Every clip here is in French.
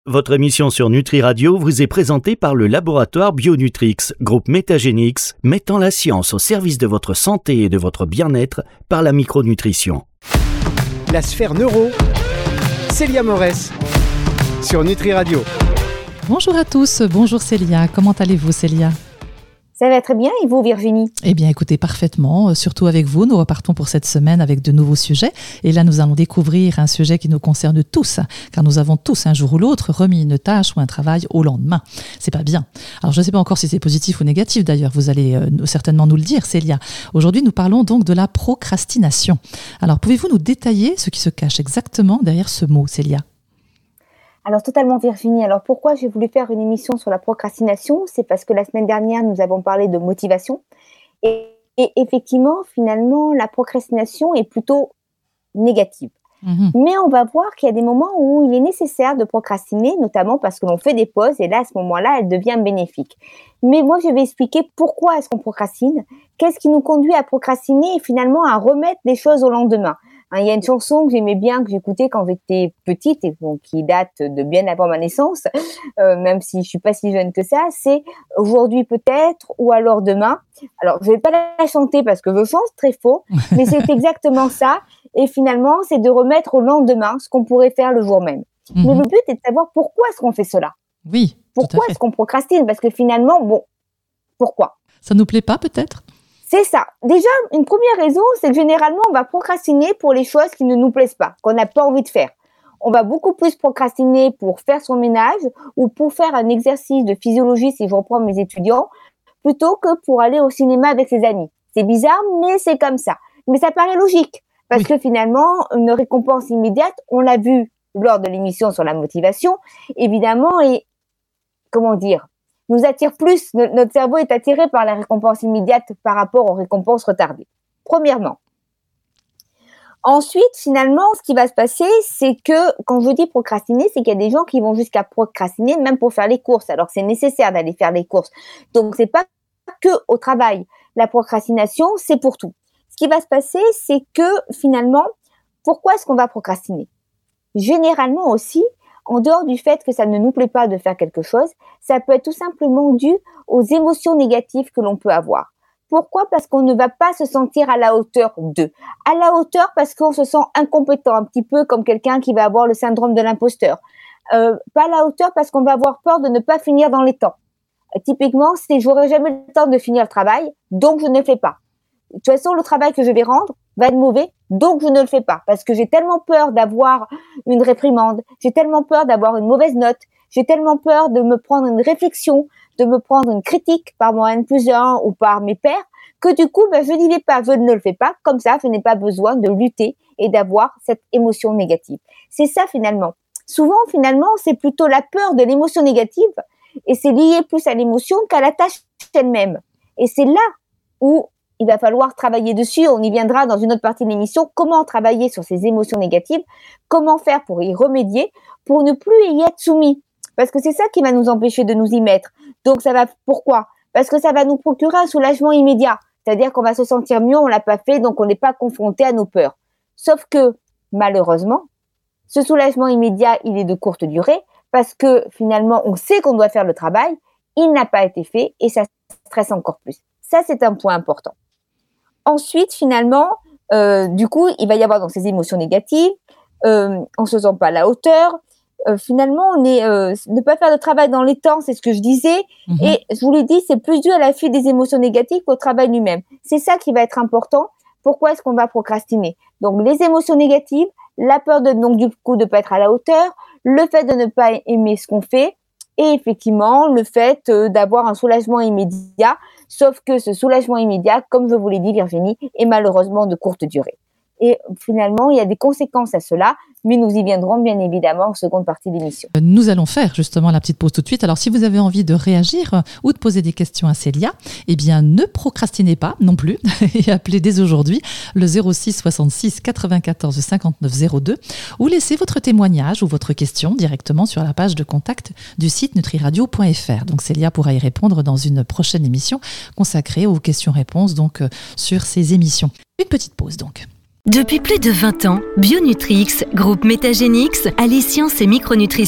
Votre émission sur Nutri Radio vous est présentée par le laboratoire Bionutrix, groupe Métagénix, mettant la science au service de votre santé et de votre bien-être par la micronutrition. La sphère neuro, Célia Morès, sur Nutri Radio. Bonjour à tous, bonjour Célia. Comment allez-vous Célia ? Ça va très bien, et vous Virginie ? Eh bien écoutez, parfaitement, surtout avec vous. Nous repartons pour cette semaine avec de nouveaux sujets. Et là, nous allons découvrir un sujet qui nous concerne tous, car nous avons tous, un jour ou l'autre, remis une tâche ou un travail au lendemain. C'est pas bien. Alors je ne sais pas encore si c'est positif ou négatif, d'ailleurs, vous allez certainement nous le dire, Célia. Aujourd'hui, nous parlons donc de la procrastination. Alors pouvez-vous nous détailler ce qui se cache exactement derrière ce mot, Célia ? Alors totalement Virginie, alors pourquoi j'ai voulu faire une émission sur la procrastination ? C'est parce que la semaine dernière, nous avons parlé de motivation. Et effectivement, finalement, la procrastination est plutôt négative. Mais on va voir qu'il y a des moments où il est nécessaire de procrastiner, notamment parce que l'on fait des pauses et là, à ce moment-là, elle devient bénéfique. Mais moi, je vais expliquer pourquoi est-ce qu'on procrastine, qu'est-ce qui nous conduit à procrastiner et finalement à remettre les choses au lendemain. Il y a une chanson que j'aimais bien, que j'écoutais quand j'étais petite et bon, qui date de bien avant ma naissance, même si je suis pas si jeune que ça, c'est « Aujourd'hui peut-être » ou alors « Demain ». Alors, je vais pas la chanter parce que je chante très faux, mais c'est exactement ça. Et finalement, c'est de remettre au lendemain ce qu'on pourrait faire le jour même. Mais le but est de savoir pourquoi est-ce qu'on fait cela. Oui, pourquoi est-ce qu'on procrastine ? Parce que finalement, bon, pourquoi ? Ça nous plaît pas peut-être ? C'est ça. Déjà, une première raison, c'est que généralement, on va procrastiner pour les choses qui ne nous plaisent pas, qu'on n'a pas envie de faire. On va beaucoup plus procrastiner pour faire son ménage ou pour faire un exercice de physiologie, si je reprends mes étudiants, plutôt que pour aller au cinéma avec ses amis. C'est bizarre, mais c'est comme ça. Mais ça paraît logique, parce que finalement, une récompense immédiate, on l'a vu lors de l'émission sur la motivation, évidemment, et comment dire, nous attire plus, notre cerveau est attiré par la récompense immédiate par rapport aux récompenses retardées. Premièrement. Ensuite, finalement, ce qui va se passer, c'est que, quand je dis procrastiner, c'est qu'il y a des gens qui vont jusqu'à procrastiner même pour faire les courses. Alors, c'est nécessaire d'aller faire les courses. Donc, c'est pas que au travail. La procrastination, c'est pour tout. Ce qui va se passer, c'est que, finalement, pourquoi est-ce qu'on va procrastiner ? Généralement aussi, en dehors du fait que ça ne nous plaît pas de faire quelque chose, ça peut être tout simplement dû aux émotions négatives que l'on peut avoir. Pourquoi ? Parce qu'on ne va pas se sentir à la hauteur d'eux. À la hauteur parce qu'on se sent incompétent, un petit peu comme quelqu'un qui va avoir le syndrome de l'imposteur. Pas à la hauteur parce qu'on va avoir peur de ne pas finir dans les temps. Typiquement, c'est « j'aurai jamais le temps de finir le travail, donc je ne le fais pas ». De toute façon, le travail que je vais rendre va être mauvais, donc je ne le fais pas. Parce que j'ai tellement peur d'avoir une réprimande, j'ai tellement peur d'avoir une mauvaise note, j'ai tellement peur de me prendre une réflexion, de me prendre une critique par mon N+1 ou par mes pairs, que du coup, je n'y vais pas, je ne le fais pas. Comme ça, je n'ai pas besoin de lutter et d'avoir cette émotion négative. C'est ça finalement. Souvent, finalement, c'est plutôt la peur de l'émotion négative et c'est lié plus à l'émotion qu'à la tâche elle-même. Et c'est là où il va falloir travailler dessus, on y viendra dans une autre partie de l'émission, comment travailler sur ces émotions négatives, comment faire pour y remédier, pour ne plus y être soumis. Parce que c'est ça qui va nous empêcher de nous y mettre. Donc ça va, pourquoi ? Parce que ça va nous procurer un soulagement immédiat. C'est-à-dire qu'on va se sentir mieux, on l'a pas fait, donc on n'est pas confronté à nos peurs. Sauf que, malheureusement, ce soulagement immédiat, il est de courte durée, parce que finalement, on sait qu'on doit faire le travail, il n'a pas été fait, et ça stresse encore plus. Ça, c'est un point important. Ensuite, finalement, du coup, il va y avoir donc ces émotions négatives, on se sent pas à la hauteur. Finalement, on est ne pas faire de travail dans les temps, c'est ce que je disais. Et je vous l'ai dit, c'est plus dû à la fuite des émotions négatives qu'au travail lui-même. C'est ça qui va être important. Pourquoi est-ce qu'on va procrastiner ? Donc, les émotions négatives, la peur de donc du coup de pas être à la hauteur, le fait de ne pas aimer ce qu'on fait. Et effectivement, le fait d'avoir un soulagement immédiat, sauf que ce soulagement immédiat, comme je vous l'ai dit Virginie, est malheureusement de courte durée. Et finalement, il y a des conséquences à cela, mais nous y viendrons bien évidemment en seconde partie d'émission. Nous allons faire justement la petite pause tout de suite. Alors si vous avez envie de réagir ou de poser des questions à Célia, eh bien ne procrastinez pas non plus et appelez dès aujourd'hui le 06 66 94 59 02 ou laissez votre témoignage ou votre question directement sur la page de contact du site nutriradio.fr. Donc Célia pourra y répondre dans une prochaine émission consacrée aux questions-réponses donc sur ces émissions. Une petite pause donc. Depuis plus de 20 ans, Bionutrix, groupe Métagénix, allie science et micronutrition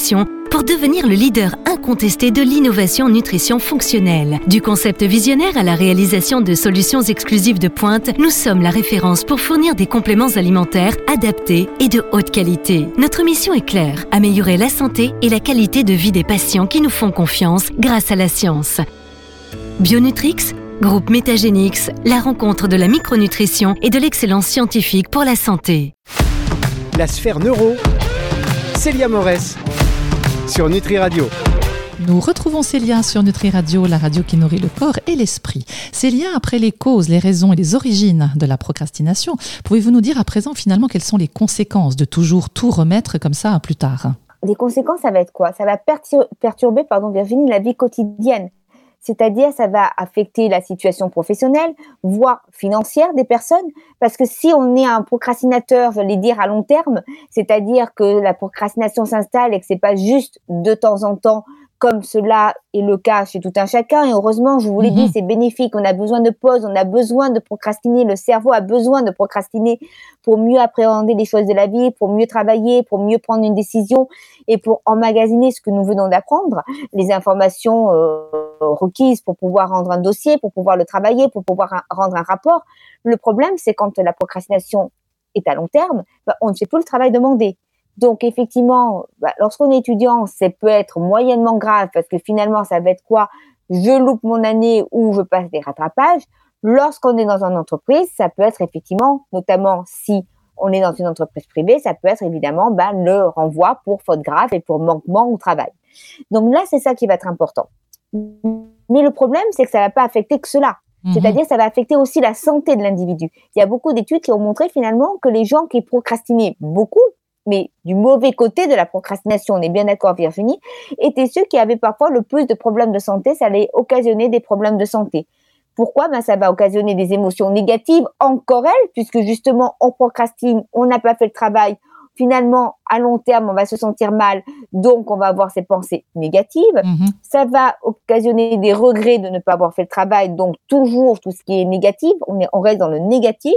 pour devenir le leader incontesté de l'innovation en nutrition fonctionnelle. Du concept visionnaire à la réalisation de solutions exclusives de pointe, nous sommes la référence pour fournir des compléments alimentaires adaptés et de haute qualité. Notre mission est claire, améliorer la santé et la qualité de vie des patients qui nous font confiance grâce à la science. Bionutrix, groupe Métagénix, la rencontre de la micronutrition et de l'excellence scientifique pour la santé. La sphère neuro, Célia Morès, sur Nutri Radio. Nous retrouvons Célia sur Nutri Radio, la radio qui nourrit le corps et l'esprit. Célia, après les causes, les raisons et les origines de la procrastination, pouvez-vous nous dire à présent finalement quelles sont les conséquences de toujours tout remettre comme ça à plus tard? Les conséquences, ça va être quoi? Ça va perturber, Virginie, la vie quotidienne. C'est-à-dire, ça va affecter la situation professionnelle, voire financière des personnes. Parce que si on est un procrastinateur, je vais dire à long terme, c'est-à-dire que la procrastination s'installe et que c'est pas juste de temps en temps, comme cela est le cas chez tout un chacun. Et heureusement, je vous l'ai dit, c'est bénéfique. On a besoin de pause, on a besoin de procrastiner. Le cerveau a besoin de procrastiner pour mieux appréhender les choses de la vie, pour mieux travailler, pour mieux prendre une décision et pour emmagasiner ce que nous venons d'apprendre, les informations requises pour pouvoir rendre un dossier, pour pouvoir le travailler, pour pouvoir rendre un rapport. Le problème, c'est quand la procrastination est à long terme, on ne fait plus le travail demandé. Donc, effectivement, lorsqu'on est étudiant, ça peut être moyennement grave parce que finalement, ça va être quoi? Je loupe mon année ou je passe des rattrapages. Lorsqu'on est dans une entreprise, ça peut être effectivement, notamment si on est dans une entreprise privée, ça peut être évidemment le renvoi pour faute grave et pour manquement au travail. Donc là, c'est ça qui va être important. Mais le problème, c'est que ça ne va pas affecter que cela. C'est-à-dire, ça va affecter aussi la santé de l'individu. Il y a beaucoup d'études qui ont montré finalement que les gens qui procrastinaient beaucoup, mais du mauvais côté de la procrastination, on est bien d'accord Virginie, étaient ceux qui avaient parfois le plus de problèmes de santé, ça allait occasionner des problèmes de santé. Pourquoi? Ça va occasionner des émotions négatives, encore elles, puisque justement on procrastine, on n'a pas fait le travail, finalement à long terme on va se sentir mal, donc on va avoir ces pensées négatives. Ça va occasionner des regrets de ne pas avoir fait le travail, donc toujours tout ce qui est négatif, on reste dans le négatif.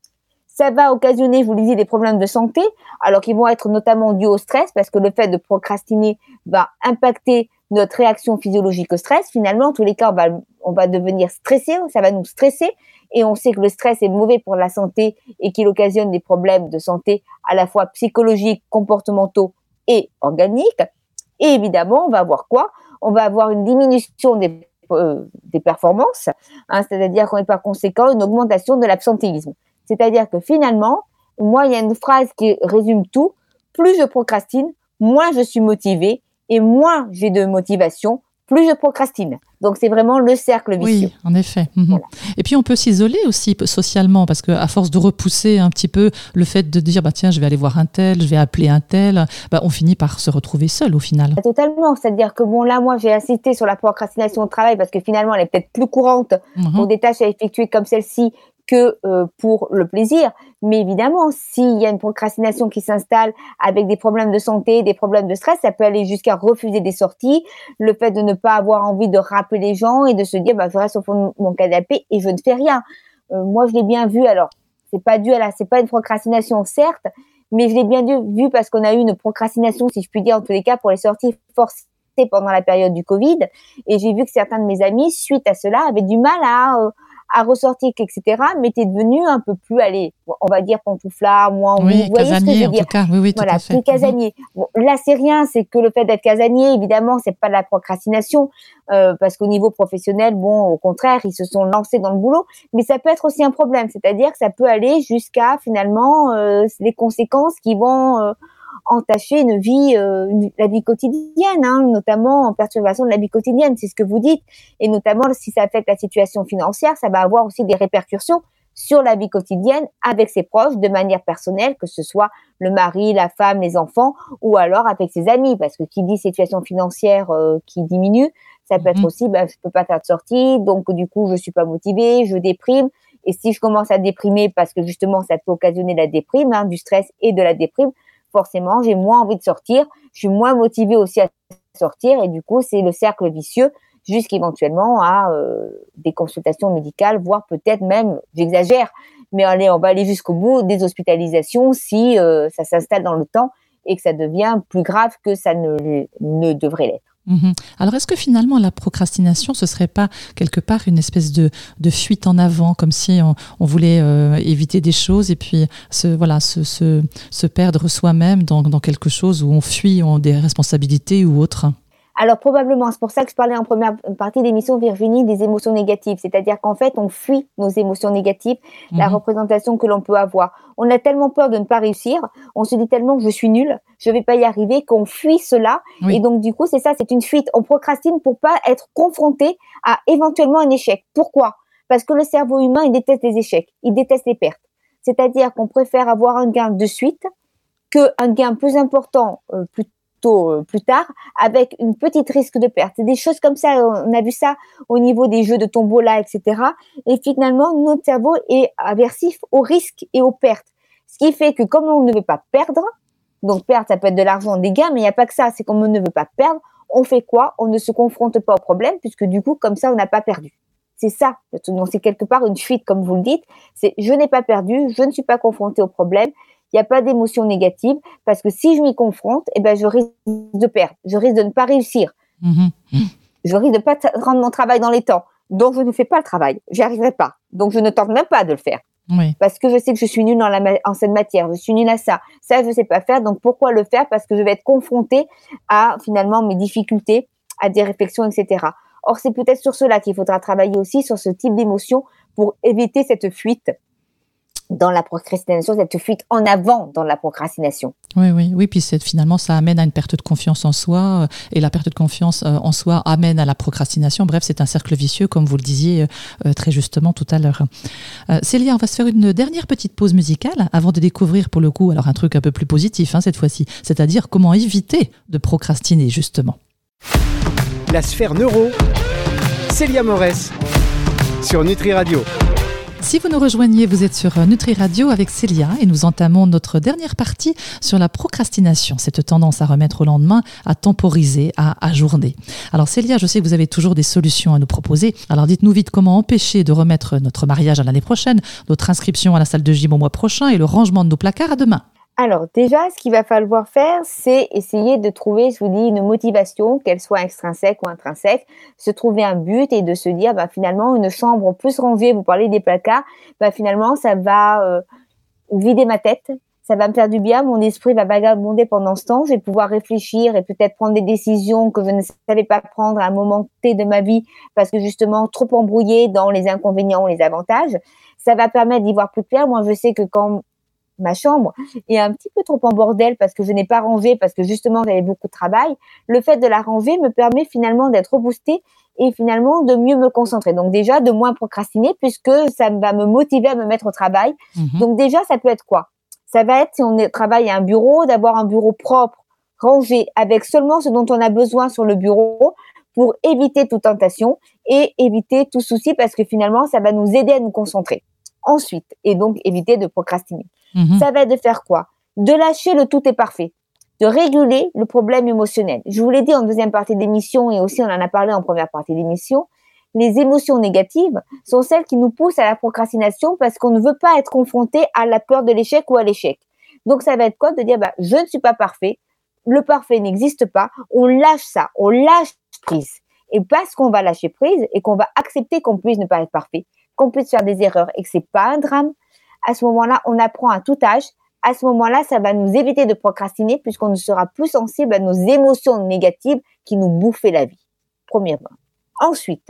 Ça va occasionner, je vous le disais, des problèmes de santé, alors qu'ils vont être notamment dus au stress, parce que le fait de procrastiner va impacter notre réaction physiologique au stress. Finalement, en tous les cas, on va devenir stressé, ça va nous stresser, et on sait que le stress est mauvais pour la santé et qu'il occasionne des problèmes de santé à la fois psychologiques, comportementaux et organiques. Et évidemment, on va avoir quoi? On va avoir une diminution des performances, c'est-à-dire qu'on est par conséquent une augmentation de l'absentéisme. C'est-à-dire que finalement, moi, il y a une phrase qui résume tout. Plus je procrastine, moins je suis motivée et moins j'ai de motivation, plus je procrastine. Donc, c'est vraiment le cercle vicieux. Oui, en effet. Voilà. Et puis, on peut s'isoler aussi socialement parce qu'à force de repousser un petit peu le fait de dire tiens, je vais aller voir un tel, je vais appeler un tel, on finit par se retrouver seul au final. Totalement. C'est-à-dire que là, moi, j'ai insisté sur la procrastination au travail parce que finalement, elle est peut-être plus courante pour des tâches à effectuer comme celle-ci que pour le plaisir. Mais évidemment, s'il y a une procrastination qui s'installe avec des problèmes de santé, des problèmes de stress, ça peut aller jusqu'à refuser des sorties, le fait de ne pas avoir envie de rappeler les gens et de se dire je reste au fond de mon canapé et je ne fais rien. Moi, je l'ai bien vu. Alors, c'est pas une procrastination, certes, mais je l'ai bien vu parce qu'on a eu une procrastination, si je puis dire, en tous les cas, pour les sorties forcées pendant la période du Covid. Et j'ai vu que certains de mes amis, suite à cela, avaient du mal à ressortir, etc., mais t'es devenu un peu plus, on va dire pantouflard, moins oui, vous voyez ce que je veux dire. En tout cas, oui, voilà, tout à fait. plus casanier. Bon, là, c'est rien, c'est que le fait d'être casanier, évidemment, c'est pas de la procrastination, parce qu'au niveau professionnel, au contraire, ils se sont lancés dans le boulot, mais ça peut être aussi un problème, c'est-à-dire que ça peut aller jusqu'à, finalement, les conséquences qui vont entacher la vie quotidienne, notamment en perturbation de la vie quotidienne, c'est ce que vous dites, et notamment si ça affecte la situation financière, ça va avoir aussi des répercussions sur la vie quotidienne avec ses proches de manière personnelle, que ce soit le mari, la femme, les enfants, ou alors avec ses amis, parce que qui dit situation financière qui diminue, ça peut être aussi, je peux pas faire de sortie, donc du coup je suis pas motivée, je déprime, et si je commence à déprimer, parce que justement ça peut occasionner la déprime, du stress et de la déprime, forcément, j'ai moins envie de sortir, je suis moins motivée aussi à sortir, et du coup, c'est le cercle vicieux, jusqu'éventuellement à des consultations médicales, voire peut-être même, j'exagère, mais on va aller jusqu'au bout des hospitalisations si ça s'installe dans le temps et que ça devient plus grave que ça ne devrait l'être. Alors, est-ce que finalement, la procrastination, ce serait pas quelque part une espèce de fuite en avant, comme si on voulait éviter des choses et puis se perdre soi-même dans quelque chose où on fuit des responsabilités ou autre? Alors probablement, c'est pour ça que je parlais en première partie d'émission, Virginie, des émotions négatives. C'est-à-dire qu'en fait, on fuit nos émotions négatives, la représentation que l'on peut avoir. On a tellement peur de ne pas réussir, on se dit tellement que je suis nulle, je vais pas y arriver, qu'on fuit cela. Oui. Et donc du coup, c'est ça, c'est une fuite. On procrastine pour pas être confronté à éventuellement un échec. Pourquoi ? Parce que le cerveau humain, il déteste les échecs, il déteste les pertes. C'est-à-dire qu'on préfère avoir un gain de suite qu'un gain plus important plus tard, avec une petite risque de perte. C'est des choses comme ça, on a vu ça au niveau des jeux de tombola, etc. Et finalement, notre cerveau est aversif aux risques et aux pertes. Ce qui fait que comme on ne veut pas perdre, donc perdre, ça peut être de l'argent, des gains, mais il n'y a pas que ça, c'est comme on ne veut pas perdre, on fait quoi ? On ne se confronte pas au problème, puisque du coup, comme ça, on n'a pas perdu. C'est ça, donc c'est quelque part une fuite, comme vous le dites, c'est je n'ai pas perdu, je ne suis pas confronté au problème, il n'y a pas d'émotion négative, parce que si je m'y confronte, je risque de perdre, je risque de ne pas réussir, je risque de ne pas rendre mon travail dans les temps, donc je ne fais pas le travail, j'y arriverai pas, donc je ne tente même pas de le faire, parce que je sais que je suis nulle en cette matière, je suis nulle à ça je ne sais pas faire, donc pourquoi le faire ? Parce que je vais être confrontée à finalement mes difficultés, à des réflexions, etc. Or, c'est peut-être sur cela qu'il faudra travailler aussi, sur ce type d'émotion, pour éviter cette fuite dans la procrastination, cette fuite en avant dans la procrastination. Oui, puis finalement, ça amène à une perte de confiance en soi, et la perte de confiance en soi amène à la procrastination. Bref, c'est un cercle vicieux, comme vous le disiez très justement tout à l'heure. Célia, on va se faire une dernière petite pause musicale avant de découvrir pour le coup alors un truc un peu plus positif cette fois-ci, c'est-à-dire comment éviter de procrastiner justement. La sphère neuro, Célia Morès, sur Nutri Radio. Si vous nous rejoignez, vous êtes sur Nutri Radio avec Célia et nous entamons notre dernière partie sur la procrastination, cette tendance à remettre au lendemain, à temporiser, à ajourner. Alors Célia, je sais que vous avez toujours des solutions à nous proposer. Alors dites-nous vite comment empêcher de remettre notre mariage à l'année prochaine, notre inscription à la salle de gym au mois prochain et le rangement de nos placards à demain. Alors déjà, ce qu'il va falloir faire, c'est essayer de trouver, je vous dis, une motivation, qu'elle soit extrinsèque ou intrinsèque, se trouver un but et de se dire, finalement, une chambre plus rangée, vous parlez des placards, finalement, ça va vider ma tête, ça va me faire du bien, mon esprit va vagabonder pendant ce temps, je vais pouvoir réfléchir et peut-être prendre des décisions que je ne savais pas prendre à un moment T de ma vie, parce que justement, trop embrouillée dans les inconvénients ou les avantages. Ça va permettre d'y voir plus clair. Moi, je sais que quand ma chambre est un petit peu trop en bordel parce que je n'ai pas rangé, parce que justement j'avais beaucoup de travail, le fait de la ranger me permet finalement d'être reboostée et finalement de mieux me concentrer. Donc déjà de moins procrastiner puisque ça va me motiver à me mettre au travail. Donc déjà ça peut être quoi ? Ça va être, si on travaille à un bureau, d'avoir un bureau propre, rangé, avec seulement ce dont on a besoin sur le bureau pour éviter toute tentation et éviter tout souci parce que finalement ça va nous aider à nous concentrer. Ensuite, et donc éviter de procrastiner. Ça va être de faire quoi ? De lâcher le tout est parfait, de réguler le problème émotionnel. Je vous l'ai dit en deuxième partie d'émission et aussi on en a parlé en première partie d'émission, les émotions négatives sont celles qui nous poussent à la procrastination parce qu'on ne veut pas être confronté à la peur de l'échec ou à l'échec. Donc ça va être quoi ? De dire je ne suis pas parfait, le parfait n'existe pas, on lâche ça, on lâche prise. Et parce qu'on va lâcher prise et qu'on va accepter qu'on puisse ne pas être parfait, qu'on puisse faire des erreurs et que c'est pas un drame, à ce moment-là, on apprend à tout âge. À ce moment-là, ça va nous éviter de procrastiner puisqu'on ne sera plus sensible à nos émotions négatives qui nous bouffaient la vie. Premièrement. Ensuite,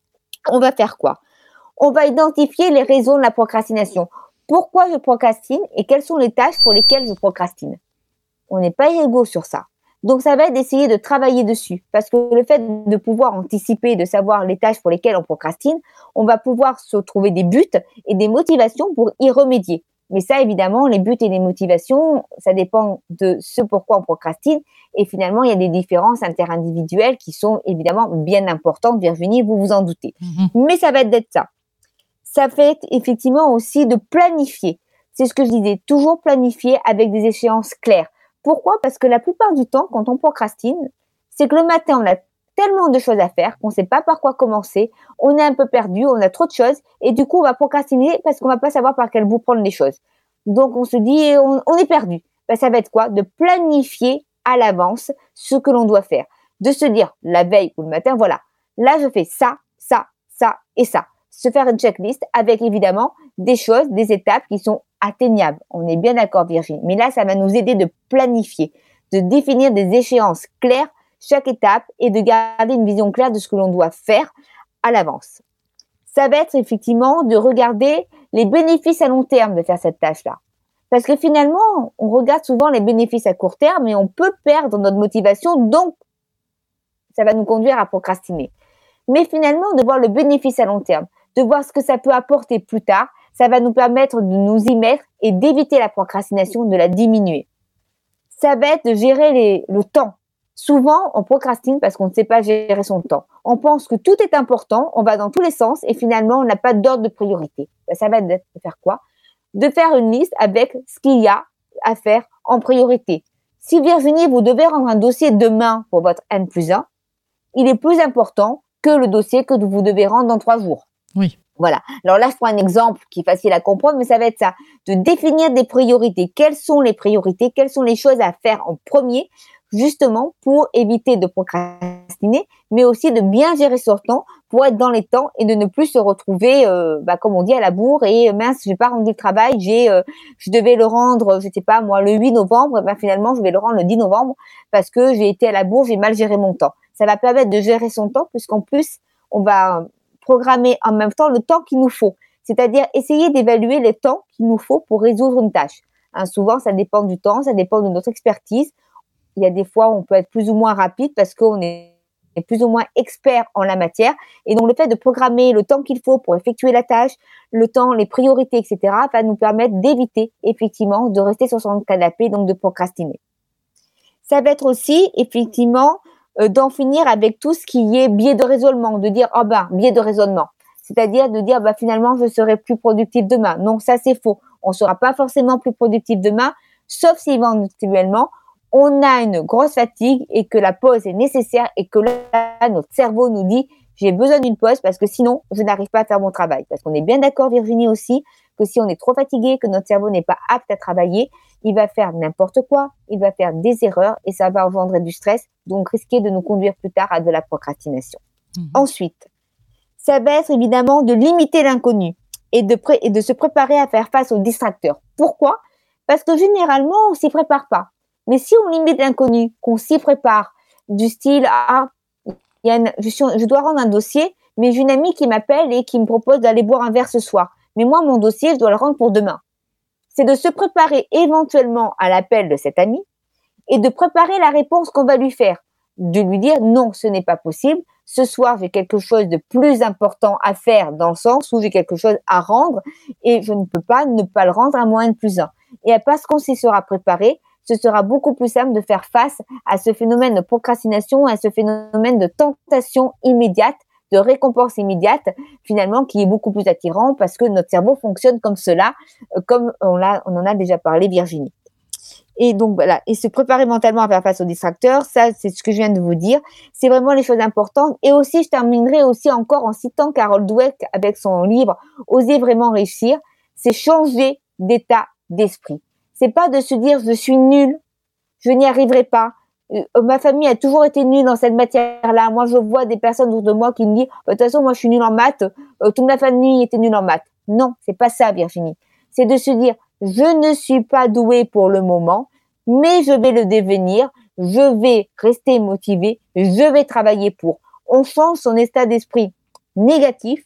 on va faire quoi ? On va identifier les raisons de la procrastination. Pourquoi je procrastine et quelles sont les tâches pour lesquelles je procrastine ? On n'est pas égaux sur ça. Donc, ça va être d'essayer de travailler dessus parce que le fait de pouvoir anticiper, de savoir les tâches pour lesquelles on procrastine, on va pouvoir se trouver des buts et des motivations pour y remédier. Mais ça, évidemment, les buts et les motivations, ça dépend de ce pourquoi on procrastine. Et finalement, il y a des différences interindividuelles qui sont évidemment bien importantes. Virginie, vous vous en doutez. Mais ça va être d'être ça. Ça fait effectivement aussi de planifier. C'est ce que je disais, toujours planifier avec des échéances claires. Pourquoi ? Parce que la plupart du temps, quand on procrastine, c'est que le matin, on a tellement de choses à faire qu'on ne sait pas par quoi commencer, on est un peu perdu, on a trop de choses, et du coup, on va procrastiner parce qu'on ne va pas savoir par quel bout prendre les choses. Donc, on se dit, on est perdu. ça va être quoi? De planifier à l'avance ce que l'on doit faire. De se dire la veille ou le matin, voilà, là je fais ça, ça, ça et ça. Se faire une checklist avec évidemment des choses, des étapes qui sont atteignables. On est bien d'accord, Virginie. Mais là, ça va nous aider de planifier, de définir des échéances claires chaque étape et de garder une vision claire de ce que l'on doit faire à l'avance. Ça va être effectivement de regarder les bénéfices à long terme de faire cette tâche-là. Parce que finalement, on regarde souvent les bénéfices à court terme et on peut perdre notre motivation, donc ça va nous conduire à procrastiner. Mais finalement, de voir le bénéfice à long terme, de voir ce que ça peut apporter plus tard, ça va nous permettre de nous y mettre et d'éviter la procrastination, de la diminuer. Ça va être de gérer le temps. Souvent, on procrastine parce qu'on ne sait pas gérer son temps. On pense que tout est important, on va dans tous les sens et finalement, on n'a pas d'ordre de priorité. Ça va être de faire quoi? De faire une liste avec ce qu'il y a à faire en priorité. Si Virginie, vous devez rendre un dossier demain pour votre N+1, il est plus important que le dossier que vous devez rendre dans 3 jours. Oui. Voilà. Alors là, je prends un exemple qui est facile à comprendre, mais ça va être ça. De définir des priorités. Quelles sont les priorités? Quelles sont les choses à faire en premier? Justement, pour éviter de procrastiner, mais aussi de bien gérer son temps pour être dans les temps et de ne plus se retrouver, comme on dit, à la bourre et mince, j'ai pas rendu le travail, je devais le rendre, je sais pas moi, le 8 novembre, finalement, je vais le rendre le 10 novembre parce que j'ai été à la bourre, j'ai mal géré mon temps. Ça va permettre de gérer son temps puisqu'en plus, on va programmer en même temps le temps qu'il nous faut. C'est-à-dire essayer d'évaluer les temps qu'il nous faut pour résoudre une tâche. Souvent, ça dépend du temps, ça dépend de notre expertise. Il y a des fois où on peut être plus ou moins rapide parce qu'on est plus ou moins expert en la matière. Et donc, le fait de programmer le temps qu'il faut pour effectuer la tâche, le temps, les priorités, etc., va nous permettre d'éviter, effectivement, de rester sur son canapé, donc de procrastiner. Ça va être aussi, effectivement, d'en finir avec tout ce qui est biais de raisonnement, de dire, biais de raisonnement. C'est-à-dire de dire, finalement, je serai plus productif demain. Non, ça, c'est faux. On sera pas forcément plus productif demain, sauf si éventuellement, on a une grosse fatigue et que la pause est nécessaire et que là, notre cerveau nous dit « j'ai besoin d'une pause parce que sinon, je n'arrive pas à faire mon travail ». Parce qu'on est bien d'accord, Virginie, aussi, que si on est trop fatigué, que notre cerveau n'est pas apte à travailler, il va faire n'importe quoi, il va faire des erreurs et ça va engendrer du stress, donc risquer de nous conduire plus tard à de la procrastination. Ensuite, ça va être évidemment de limiter l'inconnu et de se préparer à faire face aux distracteurs. Pourquoi? Parce que généralement, on s'y prépare pas. Mais si on limite l'inconnu, qu'on s'y prépare, du style, je dois rendre un dossier, mais j'ai une amie qui m'appelle et qui me propose d'aller boire un verre ce soir. Mais moi, mon dossier, je dois le rendre pour demain. C'est de se préparer éventuellement à l'appel de cette amie et de préparer la réponse qu'on va lui faire. De lui dire, non, ce n'est pas possible. Ce soir, j'ai quelque chose de plus important à faire dans le sens où j'ai quelque chose à rendre et je ne peux pas ne pas le rendre à mon N+1. Et parce qu'on s'y sera préparé, ce sera beaucoup plus simple de faire face à ce phénomène de procrastination, à ce phénomène de tentation immédiate, de récompense immédiate, finalement, qui est beaucoup plus attirant parce que notre cerveau fonctionne comme cela, comme on en a déjà parlé, Virginie. Et donc, voilà. Et se préparer mentalement à faire face aux distracteurs, ça, c'est ce que je viens de vous dire. C'est vraiment les choses importantes. Et aussi, je terminerai aussi encore en citant Carol Dweck avec son livre « Oser vraiment réussir ». C'est changer d'état d'esprit. C'est pas de se dire je suis nul, je n'y arriverai pas. Ma famille a toujours été nulle dans cette matière-là. Moi, je vois des personnes autour de moi qui me disent de toute façon, moi, je suis nulle en maths. Toute ma famille était nulle en maths. Non, c'est pas ça, Virginie. C'est de se dire je ne suis pas douée pour le moment, mais je vais le devenir. Je vais rester motivée. Je vais travailler pour. On change son état d'esprit négatif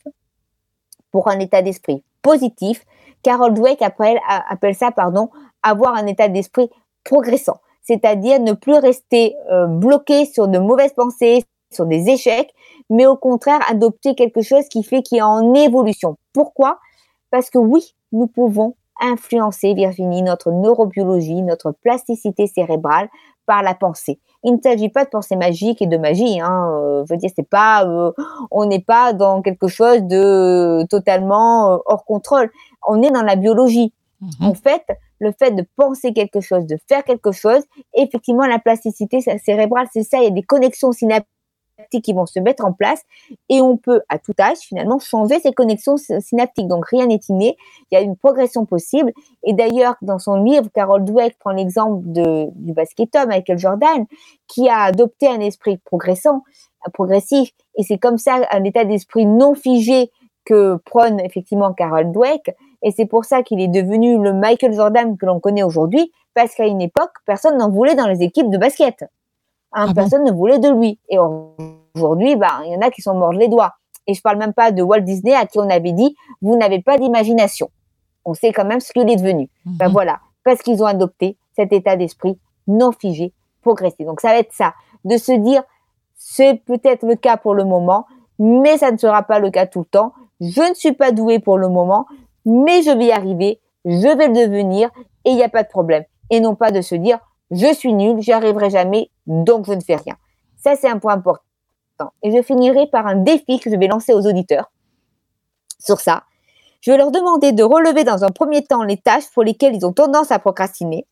pour un état d'esprit positif. Carol Dweck appelle ça, avoir un état d'esprit progressant, c'est-à-dire ne plus rester bloqué sur de mauvaises pensées, sur des échecs, mais au contraire adopter quelque chose qui est en évolution. Pourquoi? Parce que oui, nous pouvons influencer, Virginie, notre neurobiologie, notre plasticité cérébrale par la pensée. Il ne s'agit pas de pensée magique et de magie, je veux dire, c'est pas, on n'est pas dans quelque chose de totalement hors contrôle. On est dans la biologie. En fait, le fait de penser quelque chose, de faire quelque chose, effectivement, la plasticité cérébrale, c'est ça, il y a des connexions synaptiques synaptiques qui vont se mettre en place et on peut, à tout âge, finalement, changer ces connexions synaptiques. Donc, rien n'est inné. Il y a une progression possible. Et d'ailleurs, dans son livre, Carol Dweck prend l'exemple du basketteur Michael Jordan, qui a adopté un esprit progressif. Et c'est comme ça, un état d'esprit non figé que prône effectivement Carol Dweck. Et c'est pour ça qu'il est devenu le Michael Jordan que l'on connaît aujourd'hui, parce qu'à une époque, personne n'en voulait dans les équipes de basket. Personne ne voulait de lui. Et aujourd'hui, il y en a qui sont mordus les doigts. Et je parle même pas de Walt Disney, à qui on avait dit, vous n'avez pas d'imagination. On sait quand même ce qu'il est devenu. Voilà. Parce qu'ils ont adopté cet état d'esprit non figé, progressif. Donc ça va être ça. De se dire, c'est peut-être le cas pour le moment, mais ça ne sera pas le cas tout le temps. Je ne suis pas doué pour le moment, mais je vais y arriver, je vais le devenir et il n'y a pas de problème. Et non pas de se dire, je suis nul, j'y arriverai jamais, donc je ne fais rien. Ça, c'est un point important. Et je finirai par un défi que je vais lancer aux auditeurs sur ça. Je vais leur demander de relever dans un premier temps les tâches pour lesquelles ils ont tendance à procrastiner.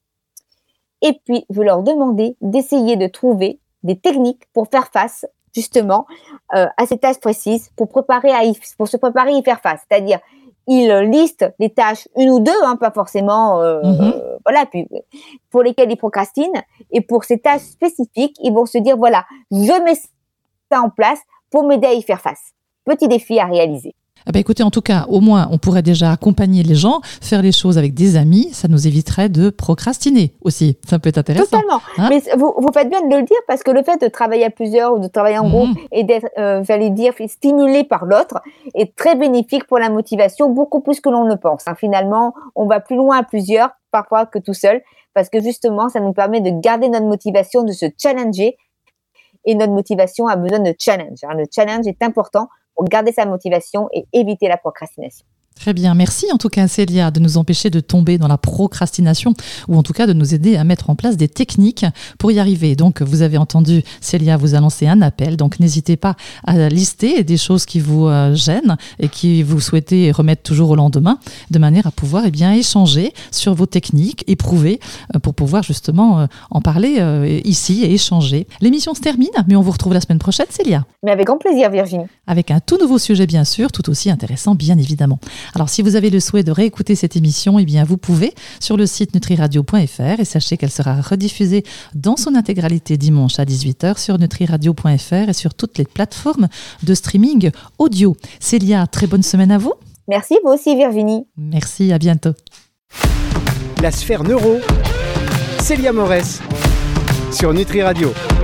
Et puis, je vais leur demander d'essayer de trouver des techniques pour faire face justement à ces tâches précises pour se préparer à y faire face. C'est-à-dire, ils listent les tâches, une ou deux, pas forcément, voilà, puis pour lesquelles ils procrastinent. Et pour ces tâches spécifiques, ils vont se dire, voilà, je mets ça en place pour m'aider à y faire face. Petit défi à réaliser. Écoutez, en tout cas, au moins, on pourrait déjà accompagner les gens, faire les choses avec des amis, ça nous éviterait de procrastiner aussi. Ça peut être intéressant. Totalement. Mais vous faites bien de le dire parce que le fait de travailler à plusieurs ou de travailler en groupe et d'être, j'allais dire, stimulé par l'autre est très bénéfique pour la motivation, beaucoup plus que l'on ne pense. Finalement, on va plus loin à plusieurs, parfois que tout seul, parce que justement, ça nous permet de garder notre motivation, de se challenger. Et notre motivation a besoin de challenge. Le challenge est important pour garder sa motivation et éviter la procrastination. Très bien, merci en tout cas Célia de nous empêcher de tomber dans la procrastination ou en tout cas de nous aider à mettre en place des techniques pour y arriver. Donc vous avez entendu, Célia vous a lancé un appel, donc n'hésitez pas à lister des choses qui vous gênent et qui vous souhaitez remettre toujours au lendemain de manière à pouvoir échanger sur vos techniques, éprouver pour pouvoir justement en parler ici et échanger. L'émission se termine, mais on vous retrouve la semaine prochaine Célia. Mais avec grand plaisir Virginie. Avec un tout nouveau sujet bien sûr, tout aussi intéressant bien évidemment. Alors, si vous avez le souhait de réécouter cette émission, vous pouvez sur le site nutriradio.fr et sachez qu'elle sera rediffusée dans son intégralité dimanche à 18h sur nutriradio.fr et sur toutes les plateformes de streaming audio. Célia, très bonne semaine à vous. Merci, vous aussi Virginie. Merci, à bientôt. La sphère neuro, Célia Morès sur Nutri Radio.